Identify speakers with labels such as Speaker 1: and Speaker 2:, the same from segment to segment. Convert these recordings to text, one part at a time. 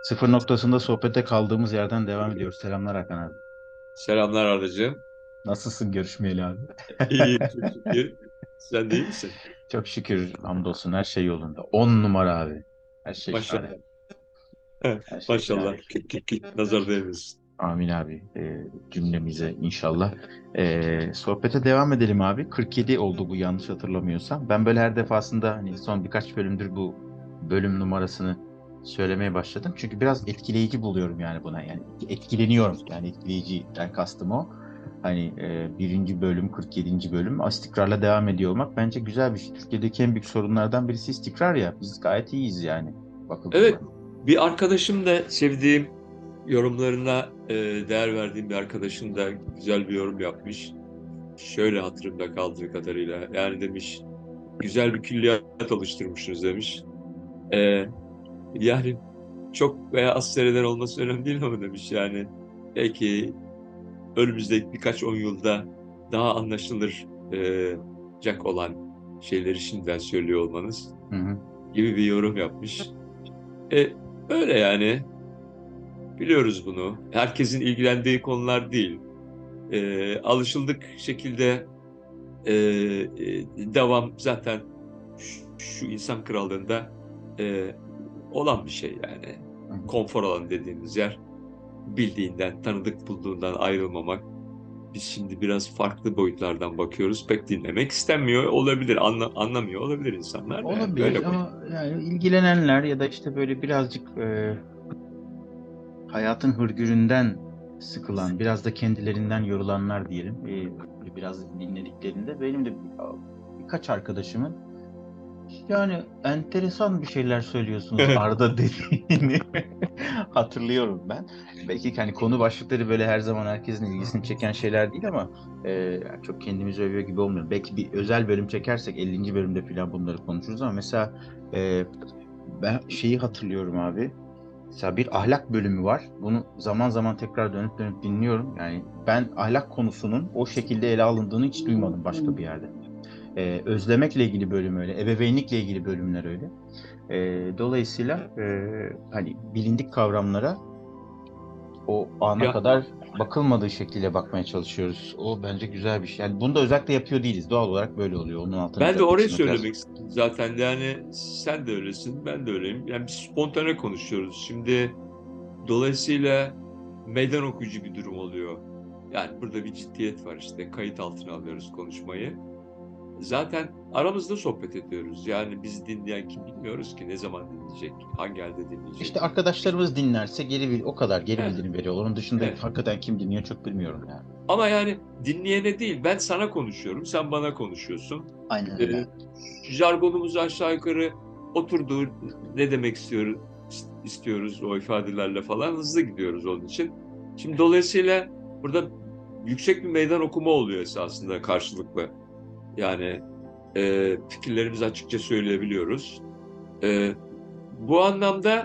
Speaker 1: Sıfır noktasında sohbete kaldığımız yerden devam ediyoruz. Selamlar Hakan abi.
Speaker 2: Selamlar Aracığım.
Speaker 1: Nasılsın görüşmeyeli abi?
Speaker 2: İyiyim çok şükür. Sen de iyi misin?
Speaker 1: Çok şükür hamdolsun her şey yolunda. 10 numara abi. Her şey şahane.
Speaker 2: Maşallah. Heh,
Speaker 1: Her şey
Speaker 2: maşallah.
Speaker 1: şahane.
Speaker 2: Nazar değmesin.
Speaker 1: Amin abi. Cümlemize inşallah. Sohbete devam edelim abi. 47 oldu bu yanlış hatırlamıyorsam. Ben böyle her defasında hani son birkaç bölümdür bu bölüm numarasını söylemeye başladım. Çünkü biraz etkileyici buluyorum yani buna. Yani etkileniyorum. Yani etkileyiciden kastım o. Hani birinci bölüm, 47. bölüm istikrarla devam ediyor olmak bence güzel bir şey. Türkiye'deki en büyük sorunlardan birisi istikrar ya. Biz gayet iyiyiz yani
Speaker 2: Evet,
Speaker 1: bakıldığında.
Speaker 2: bir arkadaşım da sevdiğim yorumlarına değer verdiğim bir arkadaşım da güzel bir yorum yapmış. Şöyle hatırımda kaldığı kadarıyla. Yani demiş, güzel bir külliyat oluşturmuşsunuz demiş. E, Yani çok veya az seneden olması önemli değil ama demiş yani. Belki önümüzdeki birkaç 10 yılda daha anlaşılır olan şeyleri şimdiden söylüyor olmanız
Speaker 1: Hı hı.
Speaker 2: gibi bir yorum yapmış. E, Öyle yani biliyoruz bunu. Herkesin ilgilendiği konular değil. Alışıldık şekilde devam zaten şu insan krallığında e, olan bir şey yani.
Speaker 1: Hı hı.
Speaker 2: Konfor alanı dediğimiz yer bildiğinden, tanıdık bulduğundan ayrılmamak. Biz şimdi biraz farklı boyutlardan bakıyoruz. Pek dinlemek istenmiyor olabilir, anlamıyor olabilir insanlar da yani böyle
Speaker 1: Olabilir ama yani ilgilenenler ya da işte böyle birazcık hayatın hırgüründen sıkılan, biraz da kendilerinden yorulanlar diyelim. Böyle biraz dinlediklerinde benim de birkaç arkadaşımın yani enteresan bir şeyler söylüyorsunuz Arda dediğini hatırlıyorum ben. Belki hani konu başlıkları böyle her zaman herkesin ilgisini çeken şeyler değil ama çok kendimizi övüyor gibi olmuyor. Belki bir özel bölüm çekersek 50. bölümde falan bunları konuşuruz ama mesela e, ben şeyi hatırlıyorum abi. Mesela bir ahlak bölümü var. Bunu zaman zaman tekrar dönüp dönüp dinliyorum. Yani ben ahlak konusunun o şekilde ele alındığını hiç duymadım başka bir yerde. Özlemekle ilgili bölüm öyle, ebeveynlikle ilgili bölümler öyle. Dolayısıyla hani bilindik kavramlara o ana
Speaker 2: ya
Speaker 1: kadar bakılmadığı şekilde bakmaya çalışıyoruz. O bence güzel bir şey. Yani bunu da özellikle yapıyor değiliz. Doğal olarak böyle oluyor. Onun altını
Speaker 2: ben de orayı
Speaker 1: çizmek lazım.
Speaker 2: söylemek istedim zaten. Yani sen de öylesin, ben de öyleyim. Yani biz spontane konuşuyoruz. Şimdi dolayısıyla meydan okuyucu bir durum oluyor. Yani burada bir ciddiyet var işte. Kayıt altına alıyoruz konuşmayı. Zaten aramızda sohbet ediyoruz. Yani bizi dinleyen kim bilmiyoruz ki ne zaman dinleyecek, hangi halde
Speaker 1: İşte
Speaker 2: dinleyecek.
Speaker 1: arkadaşlarımız dinlerse o kadar geri
Speaker 2: Evet,
Speaker 1: bildirim veriyor. Onun dışında
Speaker 2: evet.
Speaker 1: hakikaten kim dinliyor çok bilmiyorum yani.
Speaker 2: Ama yani dinleyene değil, ben sana konuşuyorum, sen bana konuşuyorsun.
Speaker 1: Aynen
Speaker 2: Ee,
Speaker 1: öyle.
Speaker 2: Jargonumuzu aşağı yukarı oturduğu ne demek istiyoruz o ifadelerle falan hızlı gidiyoruz onun için. Şimdi dolayısıyla burada yüksek bir meydan okuma oluyor esasında karşılıklı. Yani fikirlerimizi açıkça söyleyebiliyoruz. E, Bu anlamda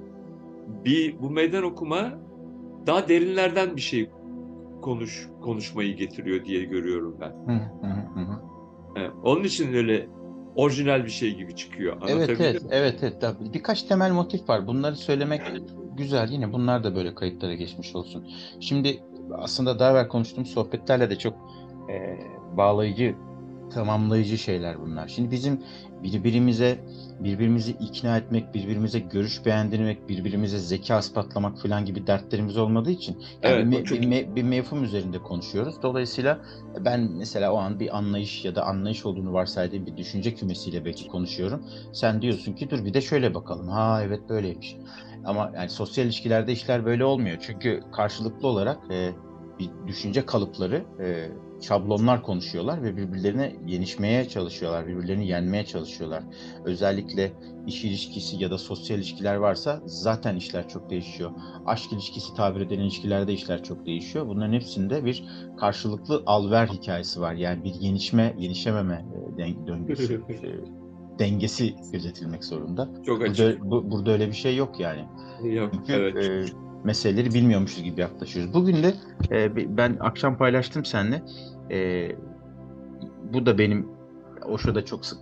Speaker 2: bu meydan okuma daha derinlerden bir şey konuşmayı getiriyor diye görüyorum ben.
Speaker 1: Hı hı hı. Hı.
Speaker 2: Onun için öyle orijinal bir şey gibi çıkıyor.
Speaker 1: Evet evet
Speaker 2: Anlatabiliyor muyum?
Speaker 1: evet evet. Tabii. Birkaç temel motif var. Bunları söylemek güzel. Yine bunlar da böyle kayıtlara geçmiş olsun. Şimdi aslında daha evvel konuştuğum sohbetlerle de çok bağlayıcı, tamamlayıcı şeyler bunlar. Şimdi bizim birbirimize birbirimizi ikna etmek, birbirimize görüş beğendirmek, birbirimize zeka ispatlamak falan gibi dertlerimiz olmadığı için yani
Speaker 2: Evet, o çok iyi.
Speaker 1: bir mefhum üzerinde konuşuyoruz. Dolayısıyla ben mesela o an bir anlayış ya da anlayış olduğunu varsaydığım bir düşünce kümesiyle belki konuşuyorum. Sen diyorsun ki dur bir de şöyle bakalım. Ha evet böyleymiş. Ama yani sosyal ilişkilerde işler böyle olmuyor. Çünkü karşılıklı olarak bir düşünce kalıpları, şablonlar konuşuyorlar ve birbirlerine yenişmeye çalışıyorlar, birbirlerini yenmeye çalışıyorlar. Özellikle iş ilişkisi ya da sosyal ilişkiler varsa zaten işler çok değişiyor. Aşk ilişkisi tabir edilen ilişkilerde işler çok değişiyor. Bunların hepsinde bir karşılıklı al-ver hikayesi var. Yani bir yenişememe döngüsü, dengesi gözetilmek zorunda.
Speaker 2: Çok açık.
Speaker 1: Burada öyle bir şey yok yani.
Speaker 2: Yok,
Speaker 1: Çünkü
Speaker 2: evet.
Speaker 1: meseleleri bilmiyormuşuz gibi yaklaşıyoruz. Bugün de ben akşam paylaştım seninle. E, Bu da benim Osho'da çok sık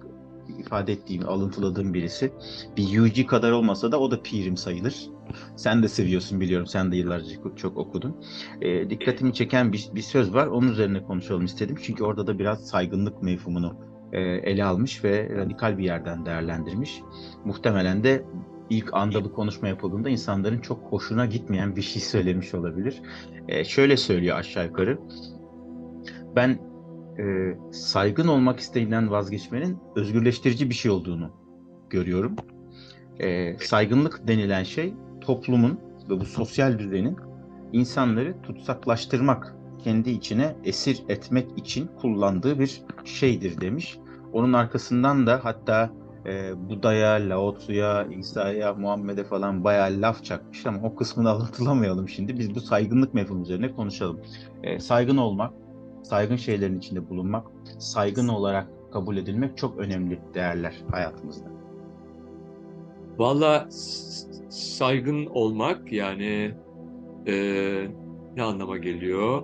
Speaker 1: ifade ettiğim, alıntıladığım birisi. Bir UG kadar olmasa da o da pirim sayılır. Sen de seviyorsun biliyorum. Sen de yıllarca çok okudun. Dikkatimi çeken bir söz var. Onun üzerine konuşalım istedim. Çünkü orada da biraz saygınlık mefhumunu ele almış ve radikal bir yerden değerlendirmiş. Muhtemelen de ilk anda bu konuşma yapıldığında insanların çok hoşuna gitmeyen bir şey söylemiş olabilir. Şöyle söylüyor aşağı yukarı. Ben saygın olmak isteğinden vazgeçmenin özgürleştirici bir şey olduğunu görüyorum. Saygınlık denilen şey toplumun ve bu sosyal düzenin insanları tutsaklaştırmak, kendi içine esir etmek için kullandığı bir şeydir demiş. Onun arkasından da hatta Buda'ya, Lao Tzu'ya, İsa'ya, Muhammed'e falan bayağı laf çakmış ama o kısmını alıntılamayalım şimdi. Biz bu saygınlık mefhumu üzerine konuşalım. Saygın olmak, saygın şeylerin içinde bulunmak, saygın olarak kabul edilmek çok önemli değerler hayatımızda.
Speaker 2: Valla saygın olmak yani ne anlama geliyor?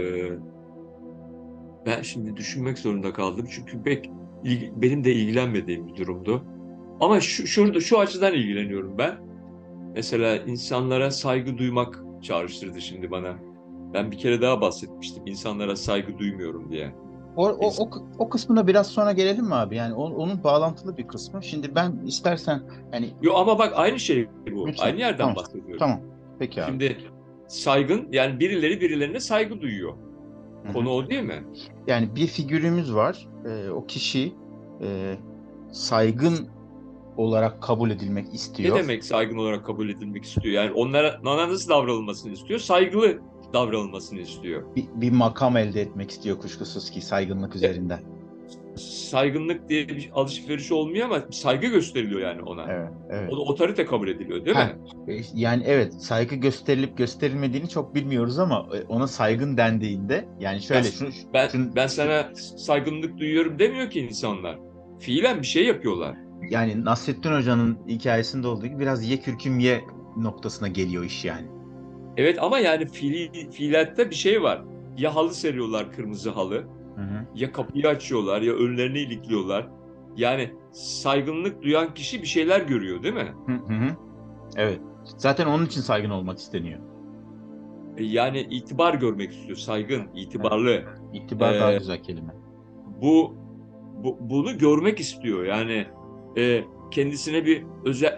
Speaker 2: Ben şimdi düşünmek zorunda kaldım çünkü benim de ilgilenmediğim bir durumdu. Ama şurada şu açıdan ilgileniyorum ben. Mesela insanlara saygı duymak çağrıştırdı şimdi bana. Ben bir kere daha bahsetmiştim. İnsanlara saygı duymuyorum diye.
Speaker 1: O kısmına biraz sonra gelelim mi abi? Yani onun bağlantılı bir kısmı. Şimdi ben istersen hani
Speaker 2: Yo ama bak aynı şey bu.
Speaker 1: lütfen.
Speaker 2: Aynı yerden
Speaker 1: Tamam.
Speaker 2: bahsediyorum.
Speaker 1: Tamam. Peki abi.
Speaker 2: Şimdi saygın yani birileri birilerine saygı duyuyor.
Speaker 1: Hı hı.
Speaker 2: Konu o değil mi?
Speaker 1: Yani bir figürümüz var. O kişi e, saygın olarak kabul edilmek
Speaker 2: Ne
Speaker 1: istiyor.
Speaker 2: demek saygın olarak kabul edilmek istiyor? Yani ona nasıl davranılmasını istiyor? Saygılı davranılmasını istiyor.
Speaker 1: Bir makam elde etmek istiyor kuşkusuz ki saygınlık
Speaker 2: E,
Speaker 1: üzerinden.
Speaker 2: Saygınlık diye bir alışveriş olmuyor ama saygı gösteriliyor yani ona.
Speaker 1: Evet, evet.
Speaker 2: O da otorite kabul ediliyor değil
Speaker 1: Heh,
Speaker 2: mi?
Speaker 1: yani evet saygı gösterilip gösterilmediğini çok bilmiyoruz ama ona saygın dendiğinde yani
Speaker 2: Ben,
Speaker 1: şöyle
Speaker 2: ben sana saygınlık duyuyorum demiyor ki insanlar. Fiilen bir şey yapıyorlar.
Speaker 1: yani Nasrettin Hoca'nın hikayesinde olduğu gibi biraz ye kürküm ye noktasına geliyor iş yani.
Speaker 2: Evet ama yani fiiliyatta bir şey var. Ya halı seriyorlar kırmızı halı,
Speaker 1: Hı hı.
Speaker 2: ya kapıyı açıyorlar, ya önlerini ilikliyorlar. Yani saygınlık duyan kişi bir şeyler görüyor değil mi?
Speaker 1: Hı hı. Hı. Evet. Zaten onun için saygın olmak isteniyor.
Speaker 2: Yani itibar görmek istiyor, saygın,
Speaker 1: Evet.
Speaker 2: itibarlı.
Speaker 1: İtibar daha
Speaker 2: E,
Speaker 1: güzel kelime.
Speaker 2: bu, bunu görmek istiyor. Yani kendisine bir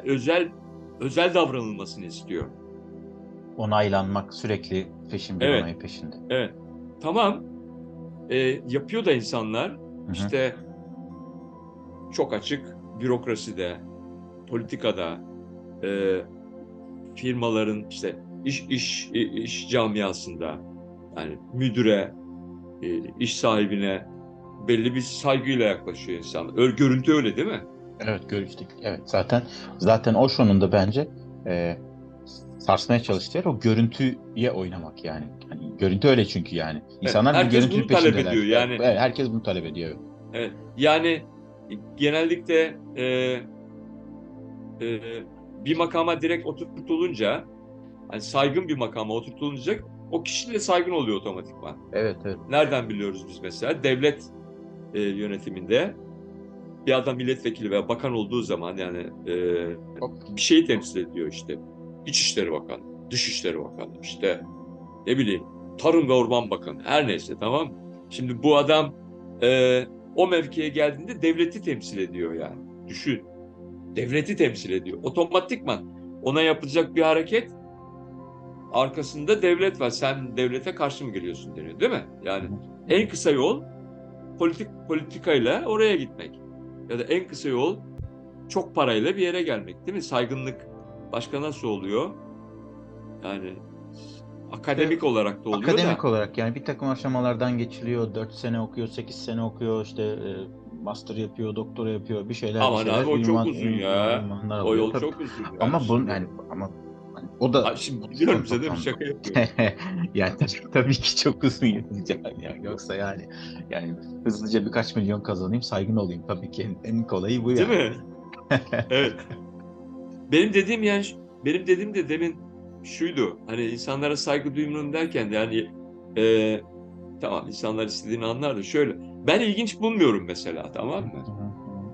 Speaker 2: özel davranılmasını istiyor.
Speaker 1: Onaylanmak sürekli peşin bir
Speaker 2: Evet,
Speaker 1: onay peşinde.
Speaker 2: evet. Tamam. Yapıyor da insanlar.
Speaker 1: Hı hı.
Speaker 2: İşte çok açık bürokraside, politikada, e, firmaların işte iş camiasında yani müdüre, iş sahibine belli bir saygıyla yaklaşıyor insan. Görüntü öyle değil mi?
Speaker 1: Evet görüştük. Evet zaten o şunun bence e, sarsmaya çalıştığı yer o görüntüye oynamak yani. Hani görüntü öyle çünkü yani.
Speaker 2: Evet,
Speaker 1: İnsanlar bir
Speaker 2: herkes
Speaker 1: görüntünün
Speaker 2: bunu talep
Speaker 1: peşindeler.
Speaker 2: ediyor.
Speaker 1: Evet,
Speaker 2: Yani
Speaker 1: evet, herkes bunu talep ediyor.
Speaker 2: yani genellikle e, bir makama direkt oturtulunca hani saygın bir makama oturtulunca o kişi de saygın oluyor otomatikman.
Speaker 1: Evet, evet.
Speaker 2: Nereden biliyoruz biz mesela? Devlet yönetiminde bir adam milletvekili veya bakan olduğu zaman yani bir şeyi temsil ediyor işte. İçişleri Bakanı, Dışişleri Bakanı, işte ne bileyim Tarım ve Orman Bakanı her neyse tamam mı? Şimdi bu adam o mevkiye geldiğinde devleti temsil ediyor yani. Düşün. Devleti temsil ediyor. Otomatikman ona yapılacak bir hareket arkasında devlet var. Sen devlete karşı mı geliyorsun deniyor değil mi?
Speaker 1: Hı
Speaker 2: Yani
Speaker 1: hı.
Speaker 2: en kısa yol politikayla oraya gitmek. Ya da en kısa yol çok parayla bir yere gelmek değil mi? Saygınlık başka nasıl oluyor? Yani
Speaker 1: İşte
Speaker 2: akademik olarak da oluyor
Speaker 1: akademik
Speaker 2: da
Speaker 1: olarak yani bir takım aşamalardan geçiliyor. 4 sene okuyor, 8 sene okuyor, işte master yapıyor, doktora yapıyor, bir
Speaker 2: aman
Speaker 1: şeyler
Speaker 2: abi o çok uzun ya.
Speaker 1: ünvanlar
Speaker 2: O
Speaker 1: alıyor.
Speaker 2: yol
Speaker 1: Tabii.
Speaker 2: çok uzun yani
Speaker 1: Ama bunun
Speaker 2: şimdi.
Speaker 1: yani ama hani o da
Speaker 2: Şimdi biliyorum
Speaker 1: son
Speaker 2: canım
Speaker 1: toplamda.
Speaker 2: şaka yapıyorum.
Speaker 1: Yani tabii ki çok uzun yapacağım yani. Yoksa yani hızlıca birkaç milyon kazanayım, saygın olayım. Tabii ki en kolayı bu
Speaker 2: Değil
Speaker 1: yani.
Speaker 2: mi? Evet. Benim dediğim yani benim dediğim de demin şuydu. Hani insanlara saygı duymuyorum derken de yani e, tamam insanlar istediğini anlar da şöyle. Ben ilginç bulmuyorum mesela tamam mı?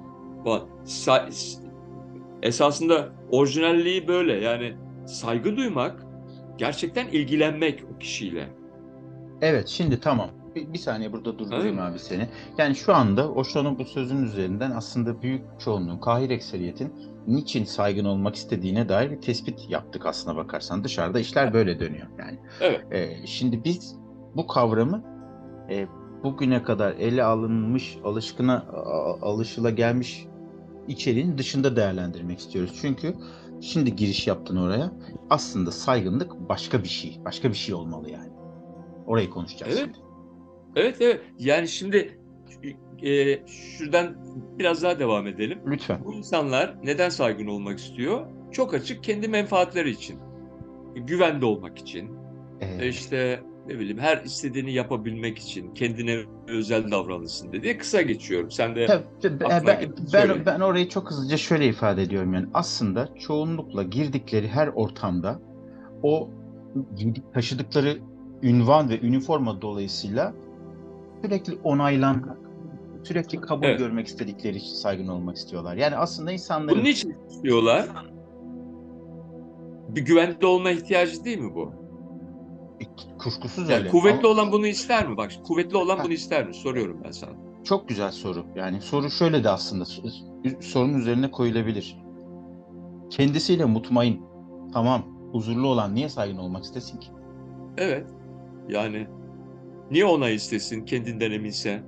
Speaker 2: Esasında orijinalliği böyle. Yani saygı duymak, gerçekten ilgilenmek o kişiyle.
Speaker 1: Evet, şimdi tamam. Bir saniye burada
Speaker 2: Anladın
Speaker 1: durdurayım
Speaker 2: mı?
Speaker 1: abi seni. Yani şu anda Osho'nun bu sözün üzerinden aslında büyük çoğunluğun, kahir ekseriyetin niçin saygın olmak istediğine dair bir tespit yaptık aslına bakarsan. Dışarıda işler böyle dönüyor yani.
Speaker 2: Evet,
Speaker 1: Şimdi biz bu kavramı e, bugüne kadar ele alınmış, alışılagelmiş içeriğin dışında değerlendirmek istiyoruz. Çünkü şimdi giriş yaptın oraya. Aslında saygınlık başka bir şey. Başka bir şey olmalı yani. Orayı konuşacağız
Speaker 2: evet,
Speaker 1: şimdi.
Speaker 2: evet, evet. Yani şimdi şuradan biraz daha devam edelim.
Speaker 1: Lütfen.
Speaker 2: Bu insanlar neden saygın olmak istiyor? Çok açık, kendi menfaatleri için. Güvende olmak için.
Speaker 1: Ee,
Speaker 2: İşte ne bileyim, her istediğini yapabilmek için, kendine özel davranılsın diye kısa geçiyorum. Sen de
Speaker 1: tabii,
Speaker 2: aklına gelen
Speaker 1: ben,
Speaker 2: söyle.
Speaker 1: ben orayı çok hızlıca şöyle ifade ediyorum yani. Aslında çoğunlukla girdikleri her ortamda o taşıdıkları ünvan ve üniforma dolayısıyla sürekli onaylanmak, sürekli kabul
Speaker 2: Evet.
Speaker 1: görmek istedikleri için saygın olmak istiyorlar. Yani aslında
Speaker 2: Bunun
Speaker 1: insanların
Speaker 2: için istiyorlar. Bir güvende olma ihtiyacı değil mi bu?
Speaker 1: kuşkusuz
Speaker 2: Yani
Speaker 1: öyle. Ama
Speaker 2: kuvvetli olan bunu ister mi? Bak, kuvvetli olan
Speaker 1: ha,
Speaker 2: bunu ister mi? Soruyorum ben sana.
Speaker 1: çok güzel soru. Yani soru şöyle de aslında sorunun üzerine koyulabilir. Kendisiyle mutmain, tamam, huzurlu olan niye saygın olmak istesin ki?
Speaker 2: Evet. Yani niye ona istesin, kendinden eminse,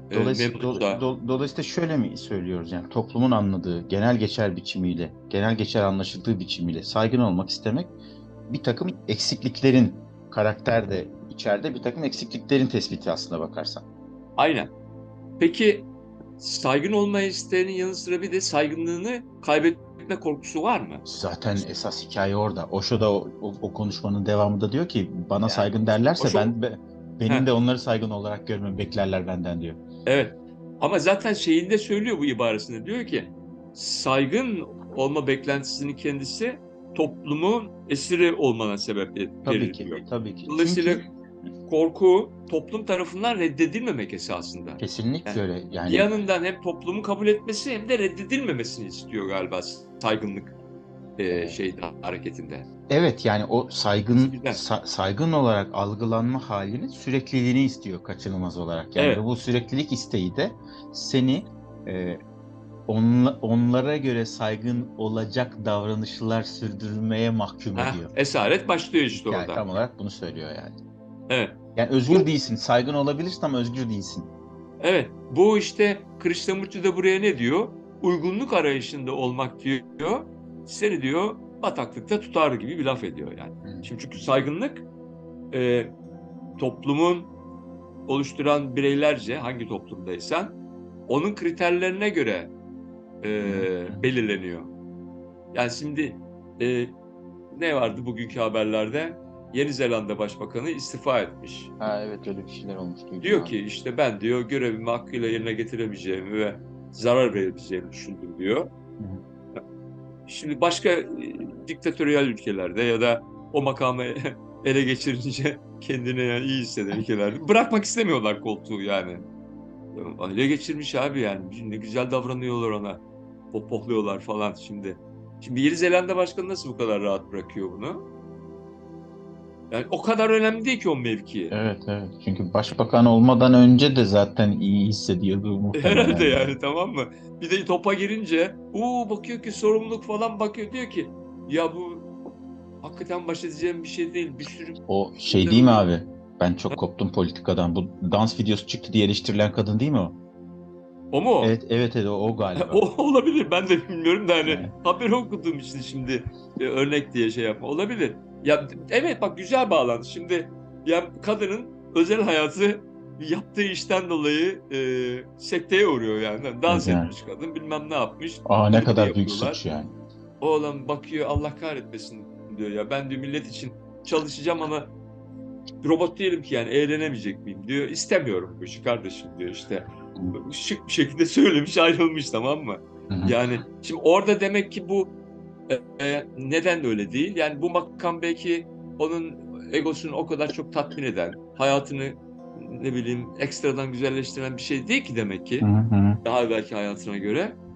Speaker 1: Dolayısıyla şöyle mi söylüyoruz yani toplumun anladığı, genel geçer biçimiyle, genel geçer anlaşıldığı biçimiyle saygın olmak istemek bir takım eksikliklerin, karakterde içeride bir takım eksikliklerin tespiti aslına bakarsan.
Speaker 2: Aynen. Peki saygın olma isteğinin yanı sıra bir de saygınlığını kaybetme korkusu var mı?
Speaker 1: Zaten esas hikaye orada. Osho da o konuşmanın devamında diyor ki bana
Speaker 2: Yani
Speaker 1: saygın derlerse
Speaker 2: hoş ol.
Speaker 1: benim
Speaker 2: Heh,
Speaker 1: de onları saygın olarak görmemi beklerler benden diyor.
Speaker 2: evet. Ama zaten şeyinde söylüyor, bu ibaresinde diyor ki saygın olma beklentisinin kendisi toplumun esiri olmana sebep
Speaker 1: Tabii
Speaker 2: verir
Speaker 1: ki,
Speaker 2: diyor.
Speaker 1: tabii ki.
Speaker 2: Dolayısıyla
Speaker 1: Çünkü
Speaker 2: korku toplum tarafından reddedilmemek esasında.
Speaker 1: kesinlikle
Speaker 2: Yani
Speaker 1: öyle.
Speaker 2: bir
Speaker 1: Yani
Speaker 2: yanından hem toplumun kabul etmesi hem de reddedilmemesini istiyor galiba saygınlık
Speaker 1: e,
Speaker 2: şeyde, hareketinde.
Speaker 1: evet yani o
Speaker 2: İkisi birden.
Speaker 1: saygın olarak algılanma halinin sürekliliğini istiyor kaçınılmaz olarak. Yani ve
Speaker 2: Evet.
Speaker 1: bu süreklilik isteği de seni e, onlara göre saygın olacak davranışlar sürdürmeye mahkum
Speaker 2: Ha,
Speaker 1: ediyor.
Speaker 2: esaret başlıyor işte
Speaker 1: Hikaye
Speaker 2: orada.
Speaker 1: tam olarak bunu söylüyor yani.
Speaker 2: Evet.
Speaker 1: Yani özgür
Speaker 2: Bu
Speaker 1: değilsin. Saygın olabilirsin ama özgür değilsin.
Speaker 2: evet. Bu işte Krishnamurti de buraya ne diyor? Uygunluk arayışında olmak diyor. Seni diyor bataklıkta tutar gibi bir laf ediyor yani.
Speaker 1: Hı.
Speaker 2: Şimdi çünkü saygınlık e, toplumun oluşturan bireylerce, hangi toplumdaysan onun kriterlerine göre
Speaker 1: Hı hı.
Speaker 2: belirleniyor. Yani şimdi e, ne vardı bugünkü haberlerde? Yeni Zelanda Başbakanı istifa etmiş.
Speaker 1: Ha, evet öyle bir şeyler olmuş duydum
Speaker 2: Diyor
Speaker 1: abi.
Speaker 2: ki işte ben diyor görevimi hakkıyla yerine getiremeyeceğimi ve zarar verebileceğimi düşündüm diyor.
Speaker 1: Hı hı.
Speaker 2: Şimdi başka diktatöryal ülkelerde ya da o makamı ele geçirince kendine yani iyi hisseden ülkelerde bırakmak istemiyorlar koltuğu yani. Ele geçirmiş abi yani. Ne güzel davranıyorlar ona. Pohpohluyorlar falan şimdi. Şimdi Yeni Zelanda Başkanı nasıl bu kadar rahat bırakıyor bunu? Yani o kadar önemli değil ki o mevki.
Speaker 1: Evet, evet. Çünkü başbakan olmadan önce de zaten iyi hissediyordu
Speaker 2: Herhalde
Speaker 1: muhtemelen yani.
Speaker 2: yani, tamam mı? Bir de topa girince bakıyor ki sorumluluk falan, bakıyor diyor ki ya bu hakikaten baş edeceğim bir şey değil. Bir sürü
Speaker 1: O şey
Speaker 2: şeyler
Speaker 1: değil mi
Speaker 2: oluyor.
Speaker 1: abi? Ben çok koptum politikadan. Bu dans videosu çıktı diye eleştirilen kadın değil mi o?
Speaker 2: O mu o?
Speaker 1: Evet, evet, evet o galiba.
Speaker 2: O olabilir. Ben de bilmiyorum da hani
Speaker 1: Yani,
Speaker 2: haberi okuduğum için şimdi örnek diye şey yapma. Olabilir. Ya evet, bak güzel bağlantı. Şimdi ya kadının özel hayatı yaptığı işten dolayı sekteye uğruyor yani. Dans
Speaker 1: yani.
Speaker 2: etmiş kadın, bilmem ne yapmış.
Speaker 1: Aa, ne
Speaker 2: Bunu bir de
Speaker 1: kadar büyük
Speaker 2: yapıyorlar.
Speaker 1: suç yani.
Speaker 2: Oğlan bakıyor, Allah kahretmesin diyor ya. Ben diyor millet için çalışacağım ama robot değilim ki, yani eğlenemeyecek miyim diyor. İstemiyorum bu işi kardeşim diyor işte. Şık bir şekilde söylemiş, ayrılmış, tamam mı?
Speaker 1: Hı hı.
Speaker 2: Yani şimdi orada demek ki bu neden öyle değil? Yani bu makam belki onun egosunu o kadar çok tatmin eden, hayatını ne bileyim ekstradan güzelleştiren bir şey değil ki demek
Speaker 1: Hı
Speaker 2: ki.
Speaker 1: hı.
Speaker 2: Daha belki hayatına göre.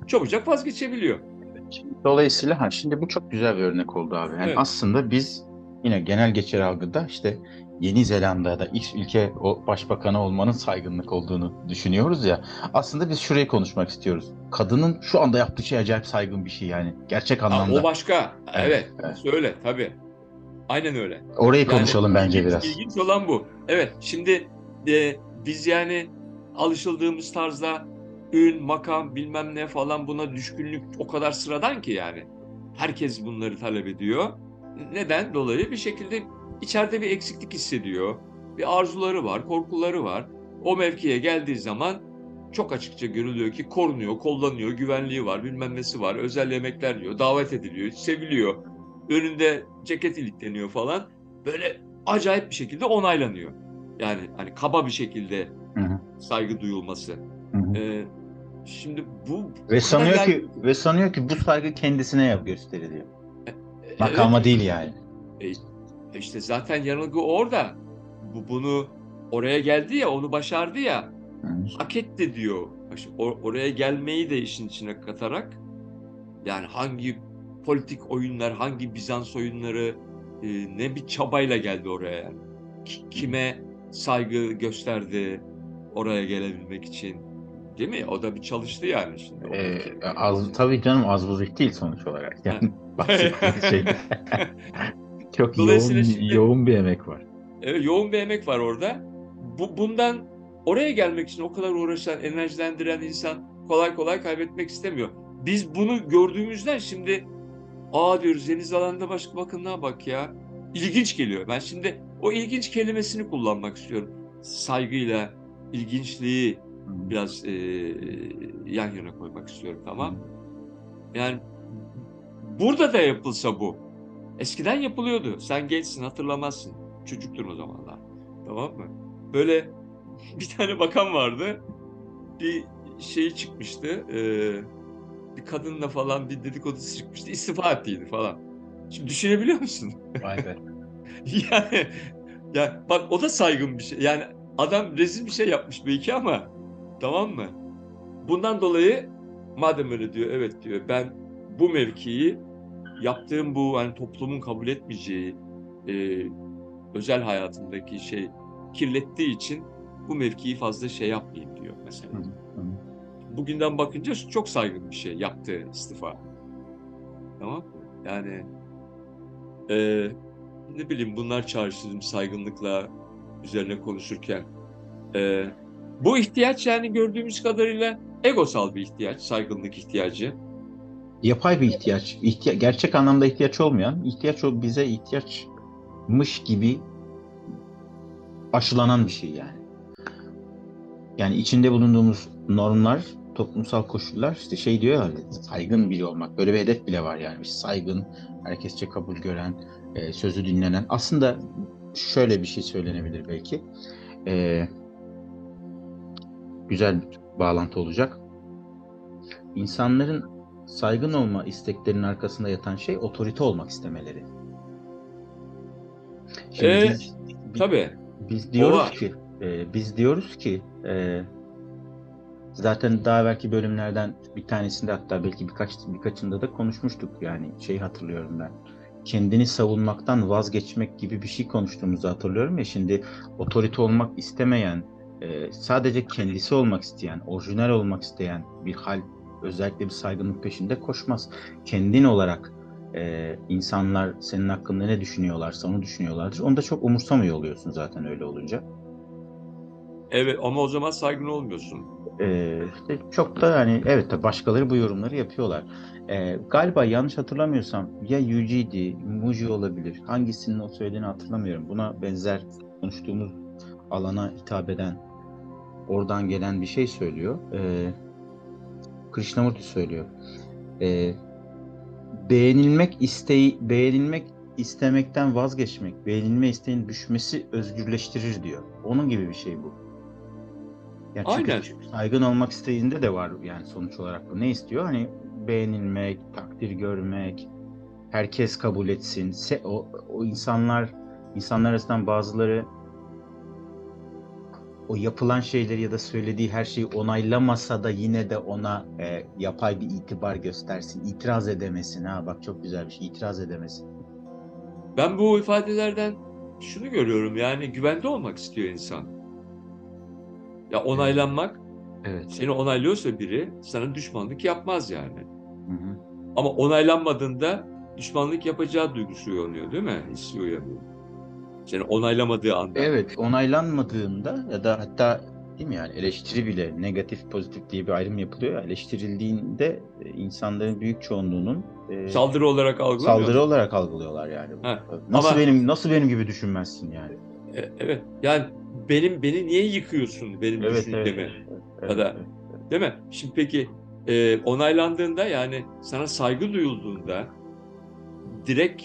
Speaker 2: çabucak vazgeçebiliyor.
Speaker 1: Dolayısıyla şimdi bu çok güzel bir örnek oldu abi. Yani
Speaker 2: Evet.
Speaker 1: aslında biz yine genel geçer algıda işte Yeni Zelanda'da X ülke o başbakanı olmanın saygınlık olduğunu düşünüyoruz ya. Aslında biz şurayı konuşmak istiyoruz. Kadının şu anda yaptığı şey acayip saygın bir şey yani. Gerçek
Speaker 2: O
Speaker 1: anlamda.
Speaker 2: başka.
Speaker 1: Evet,
Speaker 2: Evet.
Speaker 1: evet.
Speaker 2: Öyle tabii. Aynen öyle.
Speaker 1: Orayı
Speaker 2: Yani
Speaker 1: konuşalım bence biraz.
Speaker 2: ilginç olan bu. Evet, şimdi biz yani alışıldığımız tarzda ün, makam, bilmem ne falan buna düşkünlük o kadar sıradan ki yani. Herkes bunları talep ediyor. Neden dolayı? Bir şekilde içeride bir eksiklik hissediyor. Bir arzuları var, korkuları var. O mevkiye geldiği zaman çok açıkça görülüyor ki korunuyor, kollanıyor, güvenliği var, bilmem nesi var, özel yemekler yiyor, davet ediliyor, seviliyor. Önünde ceket ilikleniyor falan. Böyle acayip bir şekilde onaylanıyor. Yani hani kaba bir şekilde
Speaker 1: Hı hı,
Speaker 2: saygı duyulması.
Speaker 1: hı hı.
Speaker 2: Ee, şimdi bu
Speaker 1: Ve
Speaker 2: o kadar
Speaker 1: sanıyor ki
Speaker 2: yaygın ki.
Speaker 1: ve sanıyor ki bu saygı kendisine gösteriliyor.
Speaker 2: Evet,
Speaker 1: Makama değil yani.
Speaker 2: e, işte zaten yanılgı orada. Bunu oraya geldi ya, onu başardı ya,
Speaker 1: Hı hı.
Speaker 2: hak etti diyor. Oraya gelmeyi de işin içine katarak, yani hangi politik oyunlar, hangi Bizans oyunları, ne bir çabayla geldi oraya yani. Kime saygı gösterdi oraya gelebilmek için, değil mi? O da bir çalıştı yani şimdi o mevkiye gelmek
Speaker 1: Az,
Speaker 2: için.
Speaker 1: tabii canım az buz değil sonuç olarak.
Speaker 2: Ha.
Speaker 1: Yani bahsettiğiniz şeyde çok
Speaker 2: Dolayısıyla
Speaker 1: yoğun
Speaker 2: şimdi
Speaker 1: yoğun bir emek var.
Speaker 2: evet, yoğun bir emek var orada. Bundan oraya gelmek için o kadar uğraşan, enerjilendiren insan kolay kolay kaybetmek istemiyor. Biz bunu gördüğümüzden şimdi diyoruz Yeni Zelanda Başbakanı'na bak ya. İlginç geliyor. Ben şimdi o ilginç kelimesini kullanmak istiyorum. Saygıyla ilginçliği
Speaker 1: Hı hı,
Speaker 2: biraz yan yana koymak istiyorum,
Speaker 1: hı
Speaker 2: tamam
Speaker 1: hı.
Speaker 2: mı? Yani burada da yapılsa bu. Eskiden yapılıyordu. Sen gençsin, hatırlamazsın. Çocuktun o zamanlar. Tamam mı? Böyle bir tane bakan vardı. Bir şey çıkmıştı. Bir kadınla falan bir dedikodusu çıkmıştı. İstifa ettiydi falan. Şimdi düşünebiliyor musun?
Speaker 1: Vay be.
Speaker 2: Yani ya bak, o da saygın bir şey. Yani adam rezil bir şey yapmış belki ama, tamam mı? Bundan dolayı madem öyle diyor, evet diyor, ben bu mevkiyi, yaptığım bu hani toplumun kabul etmeyeceği e, özel hayatındaki şey kirlettiği için bu mevkiyi fazla şey yapmayayım diyor mesela.
Speaker 1: Hı hı, hı hı.
Speaker 2: Bugünden bakınca çok saygın bir şey yaptığı istifa. Tamam mı? Yani e, ne bileyim, bunlar çağrıştırdım saygınlıkla üzerine konuşurken. E, bu ihtiyaç yani gördüğümüz kadarıyla egosal bir ihtiyaç, saygınlık ihtiyacı.
Speaker 1: Yapay bir ihtiyaç. Gerçek anlamda ihtiyaç olmayan, ihtiyaç o bize ihtiyaçmış gibi aşılanan bir şey yani. Yani içinde bulunduğumuz normlar, toplumsal koşullar işte şey diyor ya saygın biri olmak. Böyle bir hedef bile var yani. Saygın, herkesçe kabul gören, sözü dinlenen. Aslında şöyle bir şey söylenebilir belki. E, güzel bir bağlantı olacak. İnsanların saygın olma isteklerinin arkasında yatan şey otorite olmak istemeleri. Şimdi
Speaker 2: E, tabii
Speaker 1: biz
Speaker 2: o
Speaker 1: diyoruz
Speaker 2: var.
Speaker 1: ki biz diyoruz ki zaten daha evvelki bölümlerden bir tanesinde hatta belki birkaçında da konuşmuştuk yani şey hatırlıyorum ben. Kendini savunmaktan vazgeçmek gibi bir şey konuştuğumuzu hatırlıyorum ya şimdi otorite olmak istemeyen sadece kendisi olmak isteyen, orijinal olmak isteyen bir hal özellikle bir saygınlık peşinde koşmaz. Kendin olarak insanlar senin hakkında ne düşünüyorlarsa onu düşünüyorlardır. Onu da çok umursamıyor oluyorsun zaten öyle olunca.
Speaker 2: Evet, ama o zaman saygın olmuyorsun.
Speaker 1: İşte çok da hani evet de başkaları bu yorumları yapıyorlar. Galiba yanlış hatırlamıyorsam ya Yuji'ydi, Muji olabilir. Hangisinin o söylediğini hatırlamıyorum. Buna benzer konuştuğumuz alana hitap eden, oradan gelen bir şey söylüyor. Krishnamurti söylüyor. Ee, beğenilmek istemekten vazgeçmek, beğenilme isteğinin düşmesi özgürleştirir diyor. Onun gibi bir şey bu. Yani çünkü
Speaker 2: Aynen.
Speaker 1: saygın olmak isteğinde de var yani sonuç olarak bu. Ne istiyor? Hani beğenilmek, takdir görmek, herkes kabul etsin. O insanlar arasından bazıları o yapılan şeyleri ya da söylediği her şeyi onaylamasa da yine de ona yapay bir itibar göstersin. İtiraz edemesin. Ha bak çok güzel bir şey. İtiraz edemesin.
Speaker 2: Ben bu ifadelerden şunu görüyorum, yani güvende olmak istiyor insan. Ya onaylanmak,
Speaker 1: Evet.
Speaker 2: seni onaylıyorsa biri sana düşmanlık yapmaz yani.
Speaker 1: Hı hı.
Speaker 2: Ama onaylanmadığında düşmanlık yapacağı duygusu uyanıyor, değil mi? Hissi uyanıyor. Seni onaylamadığı anda.
Speaker 1: Evet, onaylanmadığında ya da hatta değil mi yani eleştiri bile negatif pozitif diye bir ayrım yapılıyor ya, eleştirildiğinde insanların büyük çoğunluğunun
Speaker 2: Saldırı olarak algılamıyor
Speaker 1: saldırı
Speaker 2: musun?
Speaker 1: olarak algılıyorlar yani bunu.
Speaker 2: Ha.
Speaker 1: Nasıl
Speaker 2: Ama
Speaker 1: benim gibi düşünmezsin yani.
Speaker 2: evet, yani beni niye yıkıyorsun benim
Speaker 1: Evet, evet,
Speaker 2: düşüncemi?
Speaker 1: evet,
Speaker 2: Ya
Speaker 1: evet,
Speaker 2: da
Speaker 1: evet.
Speaker 2: değil mi? Şimdi peki onaylandığında, yani sana saygı duyulduğunda direkt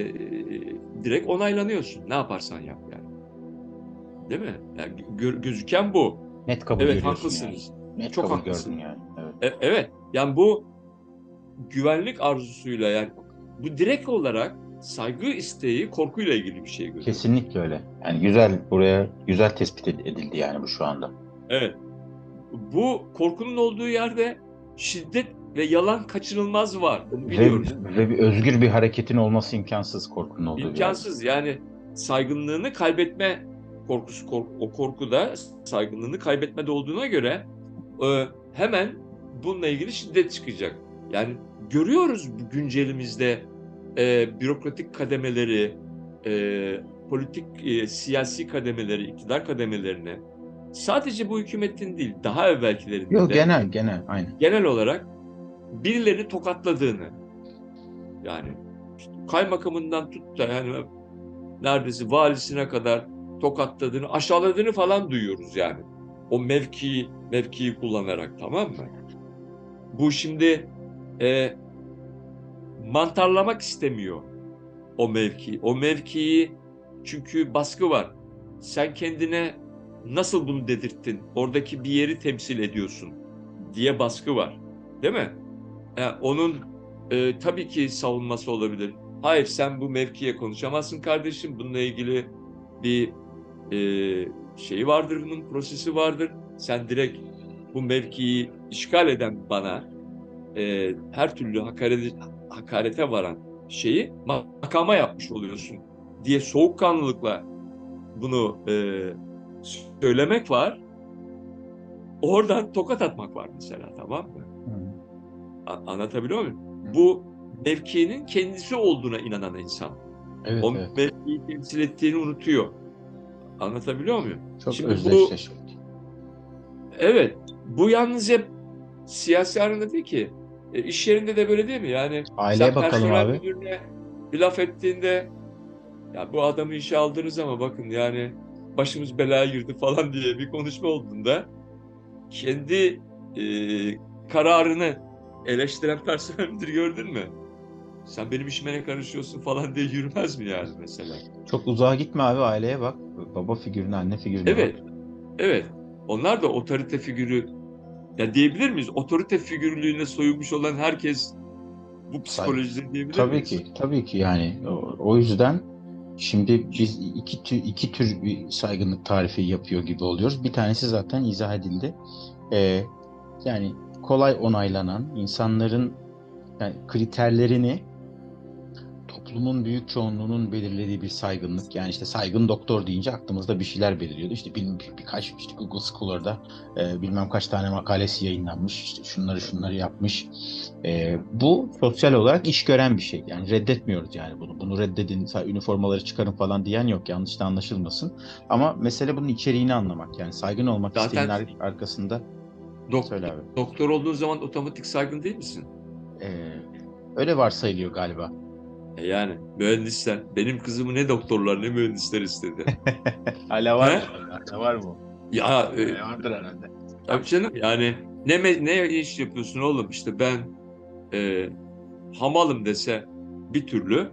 Speaker 2: direkt onaylanıyorsun. Ne yaparsan yap yani. Değil mi? Yani gözüken bu.
Speaker 1: Net kabul
Speaker 2: Evet,
Speaker 1: görüyorsun yani.
Speaker 2: haklısınız.
Speaker 1: Net
Speaker 2: Çok
Speaker 1: kabul
Speaker 2: haklısın.
Speaker 1: gördün yani. Evet.
Speaker 2: Evet. Yani bu güvenlik arzusuyla, yani bu direkt olarak saygı isteği korkuyla ilgili bir şey görüyorum.
Speaker 1: Kesinlikle öyle. Yani güzel, buraya güzel tespit edildi yani bu şu anda.
Speaker 2: Evet. Bu korkunun olduğu yerde şiddet ve yalan kaçınılmaz var. Bunu biliyoruz.
Speaker 1: Ve bir özgür bir hareketin olması imkansız korkunun olduğu bir yerde.
Speaker 2: İmkansız, yani saygınlığını kaybetme korkusu, o korku da saygınlığını kaybetmede olduğuna göre hemen bununla ilgili şiddet çıkacak. Yani görüyoruz bu güncelimizde bürokratik kademeleri, politik, siyasi kademeleri, iktidar kademelerini, sadece bu hükümetin değil, daha evvelkilerinde
Speaker 1: Yok,
Speaker 2: de
Speaker 1: genel aynı.
Speaker 2: genel olarak birilerini tokatladığını, yani işte kaymakamından tut da yani neredeyse valisine kadar tokatladığını, aşağıladığını falan duyuyoruz yani. O mevkiyi kullanarak, tamam mı? Bu şimdi mantarlamak istemiyor o mevkiyi. O mevkiyi, çünkü baskı var. Sen kendine nasıl bunu dedirttin? Oradaki bir yeri temsil ediyorsun diye baskı var. Değil mi? Yani onun tabii ki savunması olabilir. Hayır, sen bu mevkiye konuşamazsın kardeşim. Bununla ilgili bir şeyi vardır, bunun prosesi vardır. Sen direkt bu mevkiyi işgal eden bana her türlü hakarete varan şeyi makama yapmış oluyorsun diye soğukkanlılıkla bunu söylemek var. Oradan tokat atmak var mesela, tamam mı? Anlatabiliyor muyum? Bu mevkinin kendisi olduğuna inanan insan.
Speaker 1: Evet,
Speaker 2: O
Speaker 1: evet.
Speaker 2: mevkiyi temsil ettiğini unutuyor. Anlatabiliyor muyum?
Speaker 1: Çok
Speaker 2: Şimdi
Speaker 1: özdeşleşmek.
Speaker 2: evet, bu yalnız hep siyasi alanında değil ki. İş yerinde de böyle değil mi? Yani
Speaker 1: Aileye
Speaker 2: sen
Speaker 1: bakalım
Speaker 2: personel
Speaker 1: abi.
Speaker 2: müdürüne bir laf ettiğinde, ya bu adamı işe aldınız ama bakın yani başımız belaya girdi falan diye bir konuşma olduğunda, kendi e, kararını eleştiren personel müdürü gördün mü? Sen benim işime ne karışıyorsun falan diye yürümez mi yani mesela?
Speaker 1: Çok uzağa gitme abi, aileye bak. Baba figürüne, anne figürüne bak.
Speaker 2: Evet, evet. Onlar da otorite figürü, ya diyebilir miyiz? Otorite figürlüğüne soyunmuş olan herkes bu
Speaker 1: Say
Speaker 2: psikolojide diyebilir
Speaker 1: tabii
Speaker 2: miyiz?
Speaker 1: ki, tabii ki yani o yüzden şimdi biz iki tür bir saygınlık tarifi yapıyor gibi oluyoruz. Bir tanesi zaten izah edildi. Ee, Yani kolay onaylanan insanların yani kriterlerini toplumun büyük çoğunluğunun belirlediği bir saygınlık. Yani işte saygın doktor deyince aklımızda bir şeyler beliriyordu. İşte birkaç işte Google Scholar'da bilmem kaç tane makalesi yayınlanmış. İşte şunları yapmış. Bu sosyal olarak iş gören bir şey. Yani reddetmiyoruz yani bunu. Bunu reddedin, üniformaları çıkarın falan diyen yok. Yanlış da anlaşılmasın. Ama mesele bunun içeriğini anlamak. Yani saygın olmak isteğinin
Speaker 2: Zaten
Speaker 1: arkasında söyle abi.
Speaker 2: doktor olduğun zaman otomatik saygın değil misin?
Speaker 1: Ee, Öyle varsayılıyor galiba.
Speaker 2: Yani mühendisler, benim kızımı ne doktorlar ne mühendisler istedi.
Speaker 1: Hala var mı?
Speaker 2: He?
Speaker 1: Hala var mı?
Speaker 2: Ya
Speaker 1: Vardır herhalde.
Speaker 2: tabii canım, yani ne iş yapıyorsun oğlum? İşte ben e, hamalım dese bir türlü,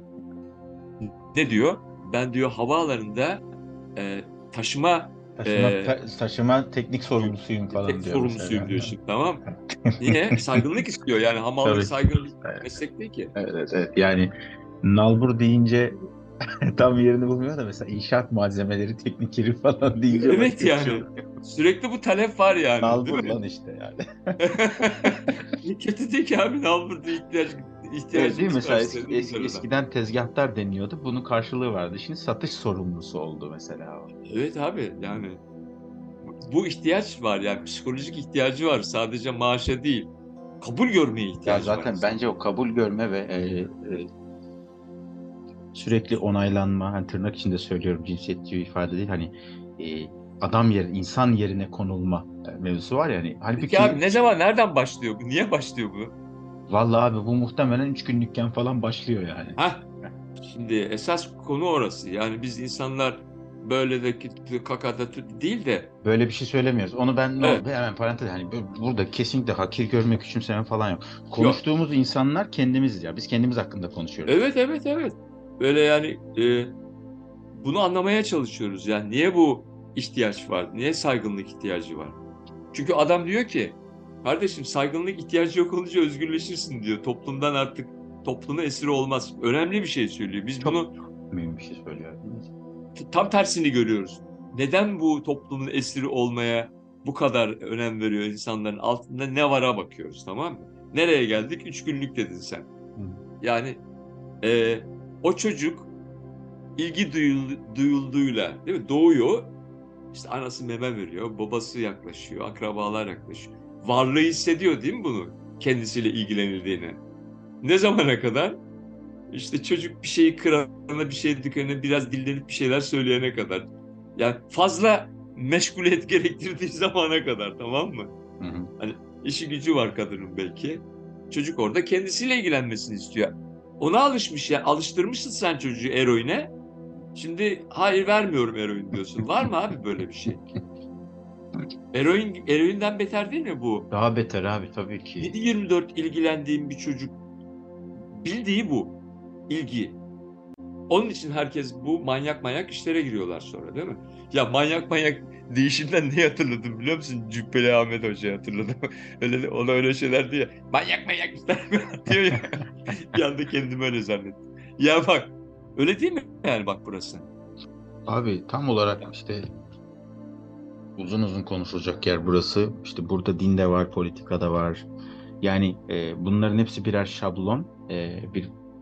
Speaker 2: ne diyor? Ben diyor havaalanında e, taşıma e,
Speaker 1: Taşıma teknik sorumlusuyum falan diyor
Speaker 2: sorumlusuyum
Speaker 1: mesela.
Speaker 2: diyor şimdi, tamam mı? Niye? Saygınlık istiyor, yani hamallık
Speaker 1: Tabii.
Speaker 2: saygın bir
Speaker 1: Evet,
Speaker 2: meslek değil ki.
Speaker 1: evet, evet. Yani nalbur deyince Tam yerini bulmuyor da mesela inşaat malzemeleri teknikeri falan deyince
Speaker 2: Evet
Speaker 1: başka bir şey
Speaker 2: yani.
Speaker 1: oluyor.
Speaker 2: Sürekli bu talep var yani, değil
Speaker 1: Nalbur
Speaker 2: mi?
Speaker 1: lan işte yani.
Speaker 2: Ne kötü değil ki abi, al burada
Speaker 1: Evet değil mi?
Speaker 2: ihtiyacımız
Speaker 1: Mesela
Speaker 2: karşılandı güzel adam.
Speaker 1: eskiden tezgahtar deniyordu. Bunun karşılığı vardı. Şimdi satış sorumlusu oldu mesela o.
Speaker 2: Evet abi yani bu ihtiyaç var yani, psikolojik ihtiyacı var, sadece maaşa değil. Kabul görmeye
Speaker 1: Ya
Speaker 2: ihtiyacı var
Speaker 1: zaten
Speaker 2: insan.
Speaker 1: bence o kabul görme ve sürekli onaylanma, hani tırnak içinde söylüyorum, cinsiyetçi bir ifade değil, hani adam yer, insan yerine konulma mevzusu var yani.
Speaker 2: Peki
Speaker 1: Halbuki
Speaker 2: abi ne zaman, nereden başlıyor bu? Niye başlıyor bu?
Speaker 1: vallahi abi bu muhtemelen 3 günlükken falan başlıyor yani.
Speaker 2: Ha, şimdi esas konu orası. Yani biz insanlar böyle de kakada değil de,
Speaker 1: Böyle bir şey söylemiyoruz. Onu ben
Speaker 2: evet,
Speaker 1: hemen parantez, hani burada kesinlikle hakir görme, küçümseme falan yok.
Speaker 2: yok.
Speaker 1: Konuştuğumuz insanlar kendimiziz ya. Biz kendimiz hakkında konuşuyoruz.
Speaker 2: Evet, evet, evet. Böyle yani bunu anlamaya çalışıyoruz. Yani niye bu ihtiyaç var? Niye saygınlık ihtiyacı var? Çünkü adam diyor ki, kardeşim saygınlık ihtiyacı yok olunca özgürleşirsin diyor. Toplumdan artık topluma esir olmaz. Önemli bir şey söylüyor. Biz
Speaker 1: Çok
Speaker 2: bunu
Speaker 1: mühim bir şey söylüyor.
Speaker 2: tam tersini görüyoruz. Neden bu toplumun esiri olmaya bu kadar önem veriyor insanların, altında ne vara bakıyoruz, tamam mı? Nereye geldik? 3 günlük dedin sen.
Speaker 1: Hı.
Speaker 2: Yani e, o çocuk ilgi duyulduğuyla değil mi? Doğuyor. İşte anası meme veriyor, babası yaklaşıyor, akrabalar yaklaşıyor. Varlığı hissediyor değil mi bunu? Kendisiyle ilgilenildiğini. Ne zamana kadar? İşte çocuk bir şeyi kırana, bir şey dükkanına biraz dillenip bir şeyler söyleyene kadar. Yani fazla meşguliyet gerektirdiği zamana kadar, tamam mı?
Speaker 1: Hı hı.
Speaker 2: Hani işi gücü var kadının belki. Çocuk orada kendisiyle ilgilenmesini istiyor. Ona alışmış ya, alıştırmışsın sen çocuğu eroine. Şimdi hayır vermiyorum eroin diyorsun. Var mı abi böyle bir şey? Eroinden beter değil mi bu?
Speaker 1: Daha beter abi tabii ki.
Speaker 2: 7/24 ilgilendiğim bir çocuk, bildiği bu ilgi. Onun için herkes bu manyak manyak işlere giriyorlar sonra, değil mi? Ya manyak manyak değişimden ne hatırladım biliyor musun? Cübbeli Ahmet Hoca'yı hatırladım. Öyle, ona öyle şeyler diyor. Manyak manyak işler diyor ya. Bir anda kendimi öyle zannettim. Ya bak, öyle değil mi yani, bak burası?
Speaker 1: Abi tam olarak işte uzun uzun konuşulacak yer burası. İşte burada din de var, politika da var. Yani bunların hepsi birer şablon, bir